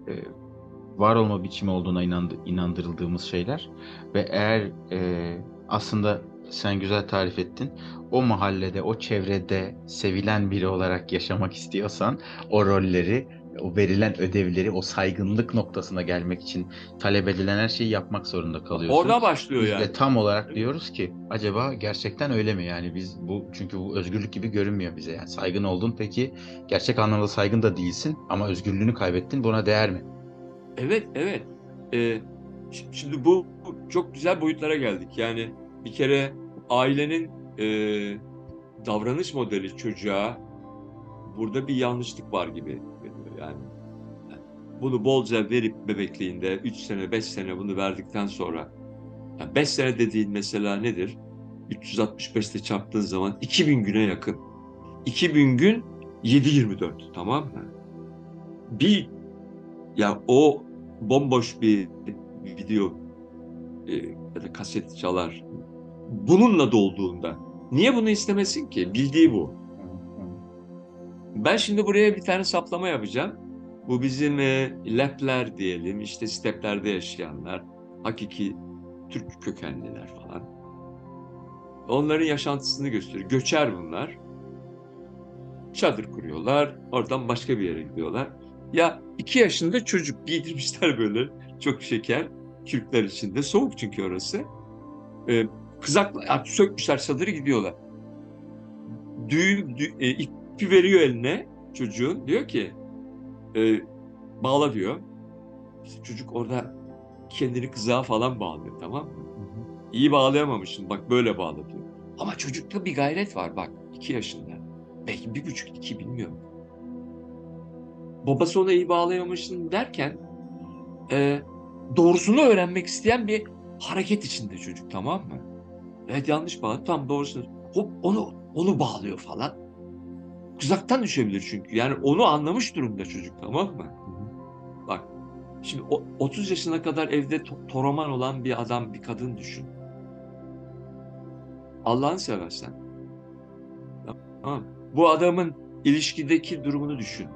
Speaker 1: var olma biçimi olduğuna inandırıldığımız şeyler. Ve eğer aslında sen güzel tarif ettin, o mahallede, o çevrede sevilen biri olarak yaşamak istiyorsan o rolleri, o verilen ödevleri, o saygınlık noktasına gelmek için talep edilen her şeyi yapmak zorunda kalıyorsun.
Speaker 2: Orada başlıyor
Speaker 1: Biz de
Speaker 2: yani.
Speaker 1: tam olarak
Speaker 2: Değil mi?
Speaker 1: diyoruz ki acaba gerçekten öyle mi? Yani biz bu, çünkü bu özgürlük gibi görünmüyor bize. Yani saygın oldun, peki gerçek anlamda saygın da değilsin ama özgürlüğünü kaybettin. Buna değer mi?
Speaker 2: Evet, evet. Ee, şimdi bu çok güzel boyutlara geldik. Yani bir kere ailenin davranış modeli çocuğa, burada bir yanlışlık var gibi. Yani bunu bolca verip bebekliğinde 3 sene 5 sene bunu verdikten sonra, yani 5 sene dediğin mesela nedir? 365'te çarptığın zaman 2000 güne yakın. 2000 gün 7/24, tamam mı? Bir, ya o bomboş bir video ya da kaset çalar. Bununla dolduğunda niye bunu istemesin ki? Bildiği bu. Ben şimdi buraya bir tane saplama yapacağım. Bu bizim Lepler diyelim, işte steplerde yaşayanlar, hakiki Türk kökenliler falan. Onların yaşantısını gösteriyor. Göçer bunlar. Çadır kuruyorlar, oradan başka bir yere gidiyorlar. Ya 2 yaşında çocuk giydirmişler böyle, çok şeker. Kürkler içinde, soğuk çünkü orası. E, kızakla sökmüşler çadırı, gidiyorlar. İpi veriyor eline çocuğun. Diyor ki e, bağla diyor. İşte çocuk orada kendini kızağa falan bağlıyor, tamam mı? İyi bağlayamamışsın, bak böyle bağla diyor. Ama çocukta bir gayret var bak, 2 yaşında. Belki 1,5 2, bilmiyorum. Babası ona iyi bağlayamamışsın derken e, doğrusunu öğrenmek isteyen bir hareket içinde çocuk, tamam mı? Evet, yanlış bağladı, tam doğrusunu. Hop, onu bağlıyor falan. Kızaktan düşebilir çünkü. Yani onu anlamış durumda çocuk, tamam mı? Bak Şimdi 30 yaşına kadar evde toroman olan bir adam, bir kadın düşün. Allah'ını seversen. Tamam mı? Bu adamın ilişkideki durumunu düşün.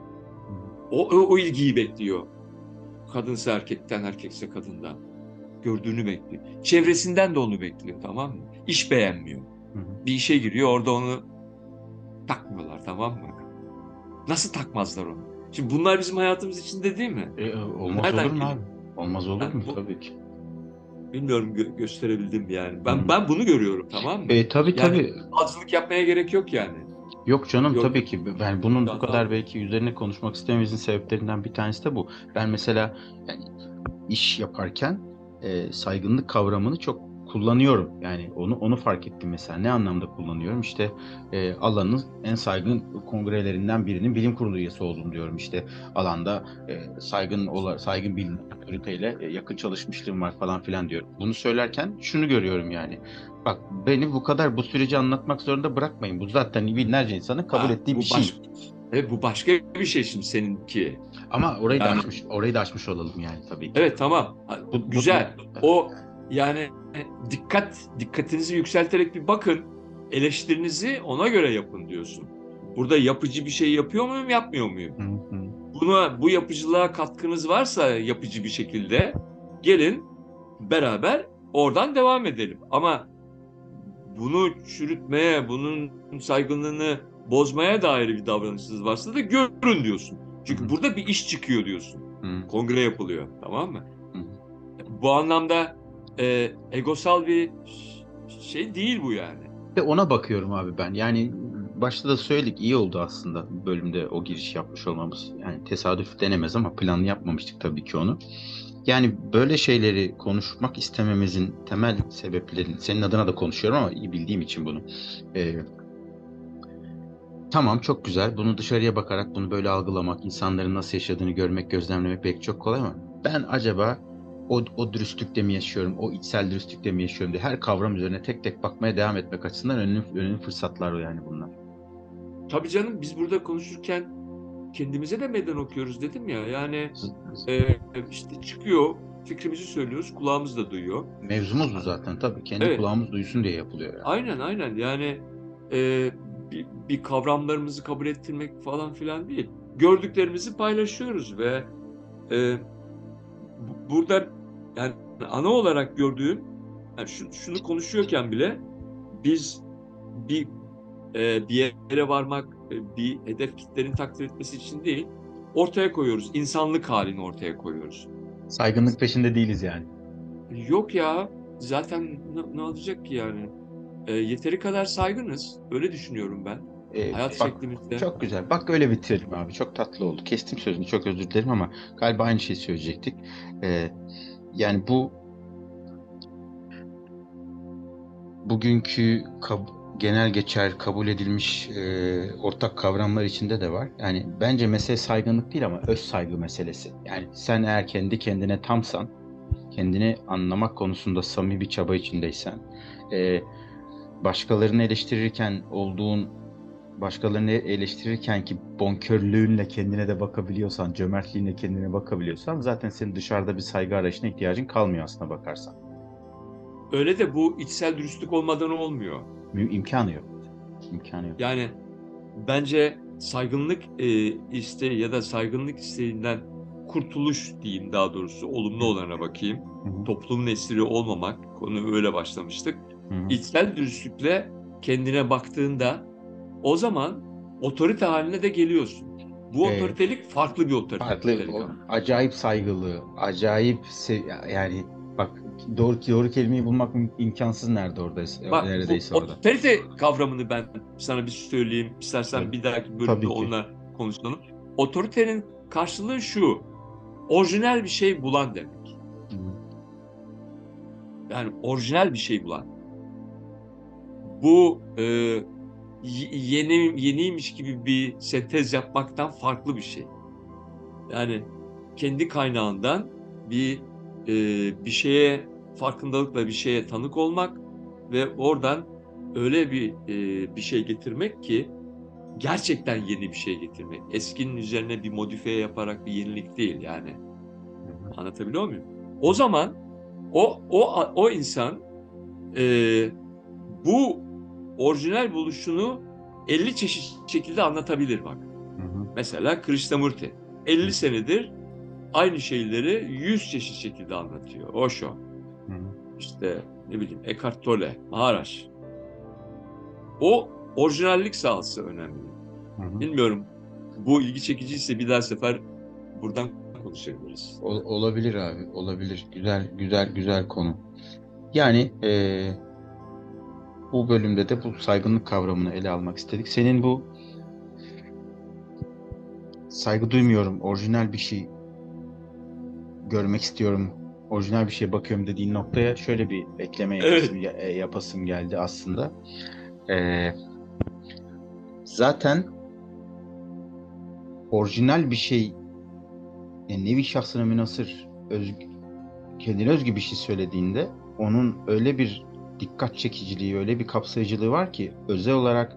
Speaker 2: O ilgiyi bekliyor. Kadınsa erkekten, erkekse kadından. Gördüğünü bekliyor. Çevresinden de onu bekliyor, tamam mı? İş beğenmiyor. Bir işe giriyor, orada onu takmıyorlar, tamam mı? Nasıl takmazlar onu? Şimdi bunlar bizim hayatımız içinde değil mi?
Speaker 1: Olmaz olur
Speaker 2: Nereden
Speaker 1: mu
Speaker 2: geliyor?
Speaker 1: abi? Olmaz olur
Speaker 2: Ha,
Speaker 1: mu? Tabii ki.
Speaker 2: bilmiyorum gösterebildim mi yani.
Speaker 1: Hı hı.
Speaker 2: Ben bunu görüyorum, tamam mı?
Speaker 1: Tabii
Speaker 2: Yani
Speaker 1: tabii.
Speaker 2: azlık yapmaya gerek yok yani.
Speaker 1: Yok canım,
Speaker 2: Yok,
Speaker 1: tabii ki. Ben bunun bu
Speaker 2: tamam.
Speaker 1: kadar belki üzerine konuşmak istememizin sebeplerinden bir tanesi de bu. Ben mesela yani iş yaparken saygınlık kavramını çok kullanıyorum. Yani onu fark ettim mesela. Ne anlamda kullanıyorum? İşte alanın en saygın kongrelerinden birinin bilim kurulu üyesi oldum diyorum. İşte alanda saygın bilinen otoriteyle yakın çalışmışlığım var falan filan diyorum. Bunu söylerken şunu görüyorum yani. Bak, beni bu kadar bu süreci anlatmak zorunda bırakmayın. Bu zaten binlerce insanın kabul
Speaker 2: Ha,
Speaker 1: ettiği bir şey.
Speaker 2: bu başka bir şey şimdi seninki.
Speaker 1: Ama
Speaker 2: Yani
Speaker 1: orayı da açmış olalım yani tabii ki.
Speaker 2: evet, tamam. Güzel. O yani dikkatinizi yükselterek bir bakın. Eleştirinizi ona göre yapın diyorsun. Burada yapıcı bir şey yapıyor muyum, yapmıyor muyum?
Speaker 1: Hı hı.
Speaker 2: Bu yapıcılığa katkınız varsa yapıcı bir şekilde gelin beraber oradan devam edelim. Ama bunu çürütmeye, bunun saygınlığını bozmaya dair bir davranışınız varsa da görün diyorsun.
Speaker 1: Hı
Speaker 2: Çünkü
Speaker 1: hı.
Speaker 2: burada bir iş çıkıyor diyorsun.
Speaker 1: Hı
Speaker 2: Kongre yapılıyor, tamam mı?
Speaker 1: hı.
Speaker 2: Bu anlamda egosal bir şey değil bu yani.
Speaker 1: De ona bakıyorum abi ben. Yani başta da söyledik, iyi oldu aslında bölümde o giriş yapmış olmamız. Yani tesadüf denemez ama planlı yapmamıştık tabii ki onu. Yani böyle şeyleri konuşmak istememizin temel sebepleri, senin adına da konuşuyorum ama iyi bildiğim için bunu. Ee, tamam, çok güzel. Bunu dışarıya bakarak bunu böyle algılamak, insanların nasıl yaşadığını görmek, gözlemlemek belki çok kolay ama ben acaba o dürüstlükte mi yaşıyorum, o içsel dürüstlükte mi yaşıyorum diye her kavram üzerine tek tek bakmaya devam etmek açısından önemli fırsatlar o yani bunlar.
Speaker 2: Tabii canım, biz burada konuşurken kendimize de meydan okuyoruz dedim ya. Yani işte çıkıyor, fikrimizi söylüyoruz, kulağımız da duyuyor.
Speaker 1: Mevzumuz bu zaten, tabii. Kendi
Speaker 2: Evet,
Speaker 1: kulağımız duysun diye yapılıyor yani.
Speaker 2: aynen yani e, bir kavramlarımızı kabul ettirmek falan filan değil. Gördüklerimizi paylaşıyoruz ve e, burada yani ana olarak gördüğüm, yani şunu konuşuyorken bile biz bir bir yere varmak, bir hedef kitlerin takdir etmesi için değil, ortaya koyuyoruz. İnsanlık halini ortaya koyuyoruz.
Speaker 1: Saygınlık peşinde değiliz yani.
Speaker 2: Yok ya, zaten ne olacak ki yani? Yeteri kadar saygınız. Öyle düşünüyorum ben. Hayat
Speaker 1: Bak,
Speaker 2: şeklimizde.
Speaker 1: çok güzel. Bak, öyle bitirelim abi. Çok tatlı oldu. Kestim sözünü, çok özür dilerim ama galiba aynı şeyi söyleyecektik. Ee, yani bugünkü genel geçer kabul edilmiş ortak kavramlar içinde de var. Yani bence mesele saygınlık değil ama öz saygı meselesi. Yani sen eğer kendi kendine tamsan, kendini anlamak konusunda samimi bir çaba içindeysen, e, başkalarını eleştirirken başkalarını eleştirirken ki bonkörlüğünle kendine de bakabiliyorsan, cömertliğinle kendine bakabiliyorsan zaten senin dışarıda bir saygı arayışına ihtiyacın kalmıyor aslına bakarsan.
Speaker 2: Öyle de bu içsel dürüstlük olmadan olmuyor.
Speaker 1: İmkanı yok. İmkanı yok.
Speaker 2: Yani bence saygınlık isteği ya da saygınlık isteğinden kurtuluş diyeyim, daha doğrusu olumlu olana bakayım.
Speaker 1: Hı hı.
Speaker 2: Toplumun esiri olmamak, konu öyle başlamıştık.
Speaker 1: Hı hı.
Speaker 2: İçsel dürüstlükle kendine baktığında o zaman otorite haline de geliyorsun. Bu
Speaker 1: Ee,
Speaker 2: otoritelik farklı bir
Speaker 1: farklı,
Speaker 2: otoritelik ama.
Speaker 1: acayip saygılı, acayip yani bak, doğru kelimeyi bulmak imkansız
Speaker 2: Bak, bu
Speaker 1: neredeyse orada.
Speaker 2: otorite kavramını ben sana bir söyleyeyim. İstersen
Speaker 1: Tabii,
Speaker 2: bir dahaki bölümde
Speaker 1: tabii ki.
Speaker 2: onunla konuşalım. Otoritenin karşılığı şu: orijinal bir şey bulan demek.
Speaker 1: Hı hı.
Speaker 2: Yani orijinal bir şey bulan. Bu yeniymiş gibi bir sentez yapmaktan farklı bir şey. Yani kendi kaynağından bir bir şeye farkındalıkla bir şeye tanık olmak ve oradan öyle bir şey getirmek ki gerçekten yeni bir şey getirmek. Eskinin üzerine bir modifiye yaparak bir yenilik değil yani. Anlatabiliyor muyum? O zaman o insan bu orijinal buluşunu 50 çeşit şekilde anlatabilir bak.
Speaker 1: Hı hı.
Speaker 2: Mesela Krishnamurti 50 senedir aynı şeyleri 100 çeşit şekilde anlatıyor. Osho,
Speaker 1: Hı hı.
Speaker 2: işte ne bileyim Eckhart Tolle, Maharaj. O orijinallik sahası önemli.
Speaker 1: Hı hı.
Speaker 2: Bilmiyorum, bu ilgi çekiciyse bir daha sefer buradan konuşabiliriz.
Speaker 1: Olabilir abi, olabilir. Güzel, güzel, güzel konu. Yani bu bölümde de bu saygınlık kavramını ele almak istedik. Senin bu saygı duymuyorum, orijinal bir şey görmek istiyorum, orijinal bir şeye bakıyorum dediğin noktaya şöyle bir ekleme
Speaker 2: Evet,
Speaker 1: yapasım geldi aslında. E, Zaten orijinal bir şey, yani nevi şahsına münhasır, kendine özgü bir şey söylediğinde onun öyle bir dikkat çekiciliği, öyle bir kapsayıcılığı var ki özel olarak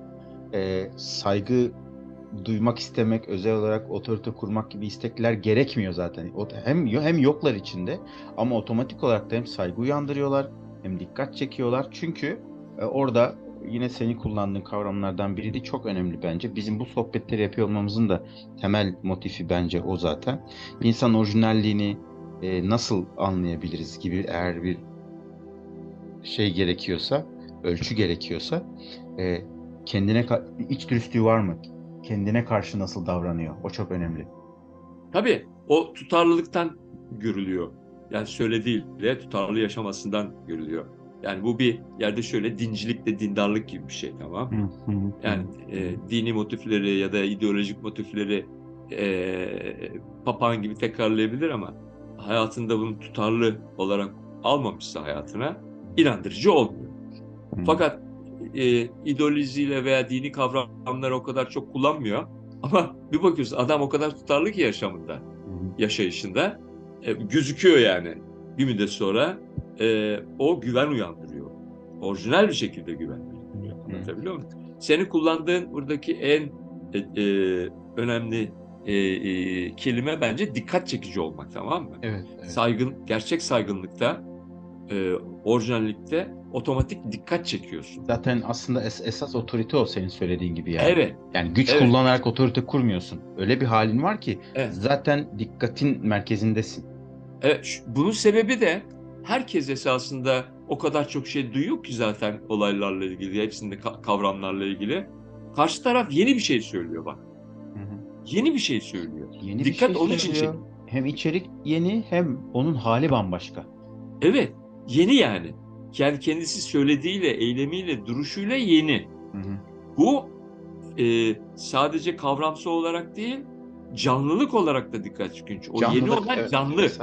Speaker 1: saygı duymak istemek, özel olarak otorite kurmak gibi istekler gerekmiyor zaten. Hem yoklar içinde ama otomatik olarak da hem saygı uyandırıyorlar hem dikkat çekiyorlar. Çünkü orada yine senin kullandığın kavramlardan biri de çok önemli bence. Bizim bu sohbetleri yapıyor olmamızın da temel motifi bence o zaten. İnsan orijinalliğini nasıl anlayabiliriz gibi eğer bir şey gerekiyorsa, ölçü gerekiyorsa, e, iç dürüstlüğü var mı? Kendine karşı nasıl davranıyor? O çok önemli.
Speaker 2: tabii o tutarlılıktan görülüyor. Yani söylediğiyle tutarlı yaşamasından görülüyor. Yani bu bir yerde şöyle dincilik de dindarlık gibi bir şey, tamam
Speaker 1: Hı
Speaker 2: mı?
Speaker 1: hı hı.
Speaker 2: Yani dini motifleri ya da ideolojik motifleri papağan gibi tekrarlayabilir ama hayatında bunu tutarlı olarak almamışsa hayatına inandırıcı olmuyor.
Speaker 1: Hı
Speaker 2: Fakat ideolojiyle veya dini kavramları o kadar çok kullanmıyor. Ama bir bakıyorsun adam o kadar tutarlı ki yaşamında,
Speaker 1: hı.
Speaker 2: yaşayışında gözüküyor yani. Bir müddet sonra o güven uyandırıyor. Orijinal bir şekilde güven uyandırıyor.
Speaker 1: Hı.
Speaker 2: Anlatabiliyor muyum? Senin kullandığın buradaki en önemli kelime bence dikkat çekici olmak, tamam mı?
Speaker 1: Evet, evet.
Speaker 2: Saygın, gerçek saygınlıkta, e, orijinallikte otomatik dikkat çekiyorsun.
Speaker 1: Zaten aslında esas otorite o senin söylediğin gibi yani.
Speaker 2: Evet,
Speaker 1: Yani güç
Speaker 2: evet,
Speaker 1: kullanarak otorite kurmuyorsun. Öyle bir halin var ki
Speaker 2: evet.
Speaker 1: zaten dikkatin merkezindesin.
Speaker 2: Evet, bunun sebebi de herkes esasında o kadar çok şey duyuyor ki zaten olaylarla ilgili, hepsinde kavramlarla ilgili. Karşı taraf yeni bir şey söylüyor bak.
Speaker 1: Hı hı.
Speaker 2: Yeni bir şey söylüyor.
Speaker 1: Yeni bir şey
Speaker 2: Dikkat onun için
Speaker 1: söylüyor.
Speaker 2: çekiyor.
Speaker 1: Hem içerik yeni hem onun hali bambaşka.
Speaker 2: Evet, yeni yani. Yani kendisi söylediğiyle, eylemiyle, duruşuyla yeni.
Speaker 1: Hı hı.
Speaker 2: Bu sadece kavramsal olarak değil, canlılık olarak da dikkat çekiyor. Çünkü o yeni
Speaker 1: Canlılık,
Speaker 2: olan
Speaker 1: evet,
Speaker 2: canlı.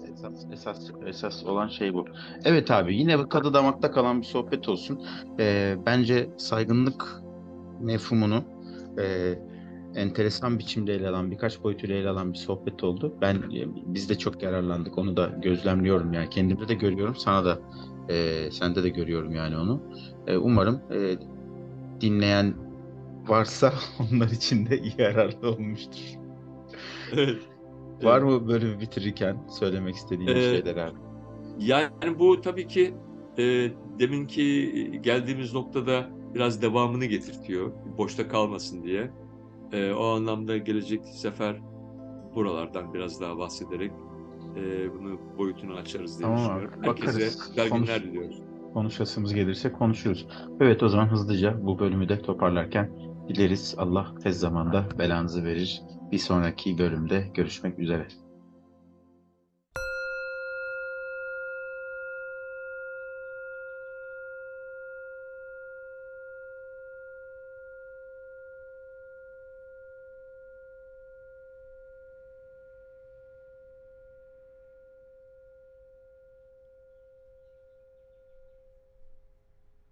Speaker 1: esas olan şey bu. Evet abi, yine bu tadı damakta kalan bir sohbet olsun. Bence saygınlık mefhumunu e, enteresan biçimde ele alan, birkaç boyutuyla ele alan bir sohbet oldu. Biz de çok yararlandık. Onu da gözlemliyorum yani. Kendimde de görüyorum. Sana da sende de görüyorum yani onu. Umarım dinleyen varsa onlar için de yararlı olmuştur.
Speaker 2: Evet.
Speaker 1: Var
Speaker 2: Evet.
Speaker 1: mı bölümü bitirirken söylemek istediğin bir
Speaker 2: E,
Speaker 1: şeyler abi?
Speaker 2: Yani bu tabii ki deminki geldiğimiz noktada biraz devamını getirtiyor. Boşta kalmasın diye. O anlamda gelecek sefer buralardan biraz daha bahsederek bunu boyutunu açarız diye
Speaker 1: Tamam
Speaker 2: düşünüyorum.
Speaker 1: abi.
Speaker 2: Herkese
Speaker 1: Bakarız.
Speaker 2: güzel günler diliyoruz.
Speaker 1: Konuşasımız gelirse konuşuruz. Evet, o zaman hızlıca bu bölümü de toparlarken dileriz Allah tez zamanda belanızı verir. Bir sonraki bölümde görüşmek üzere.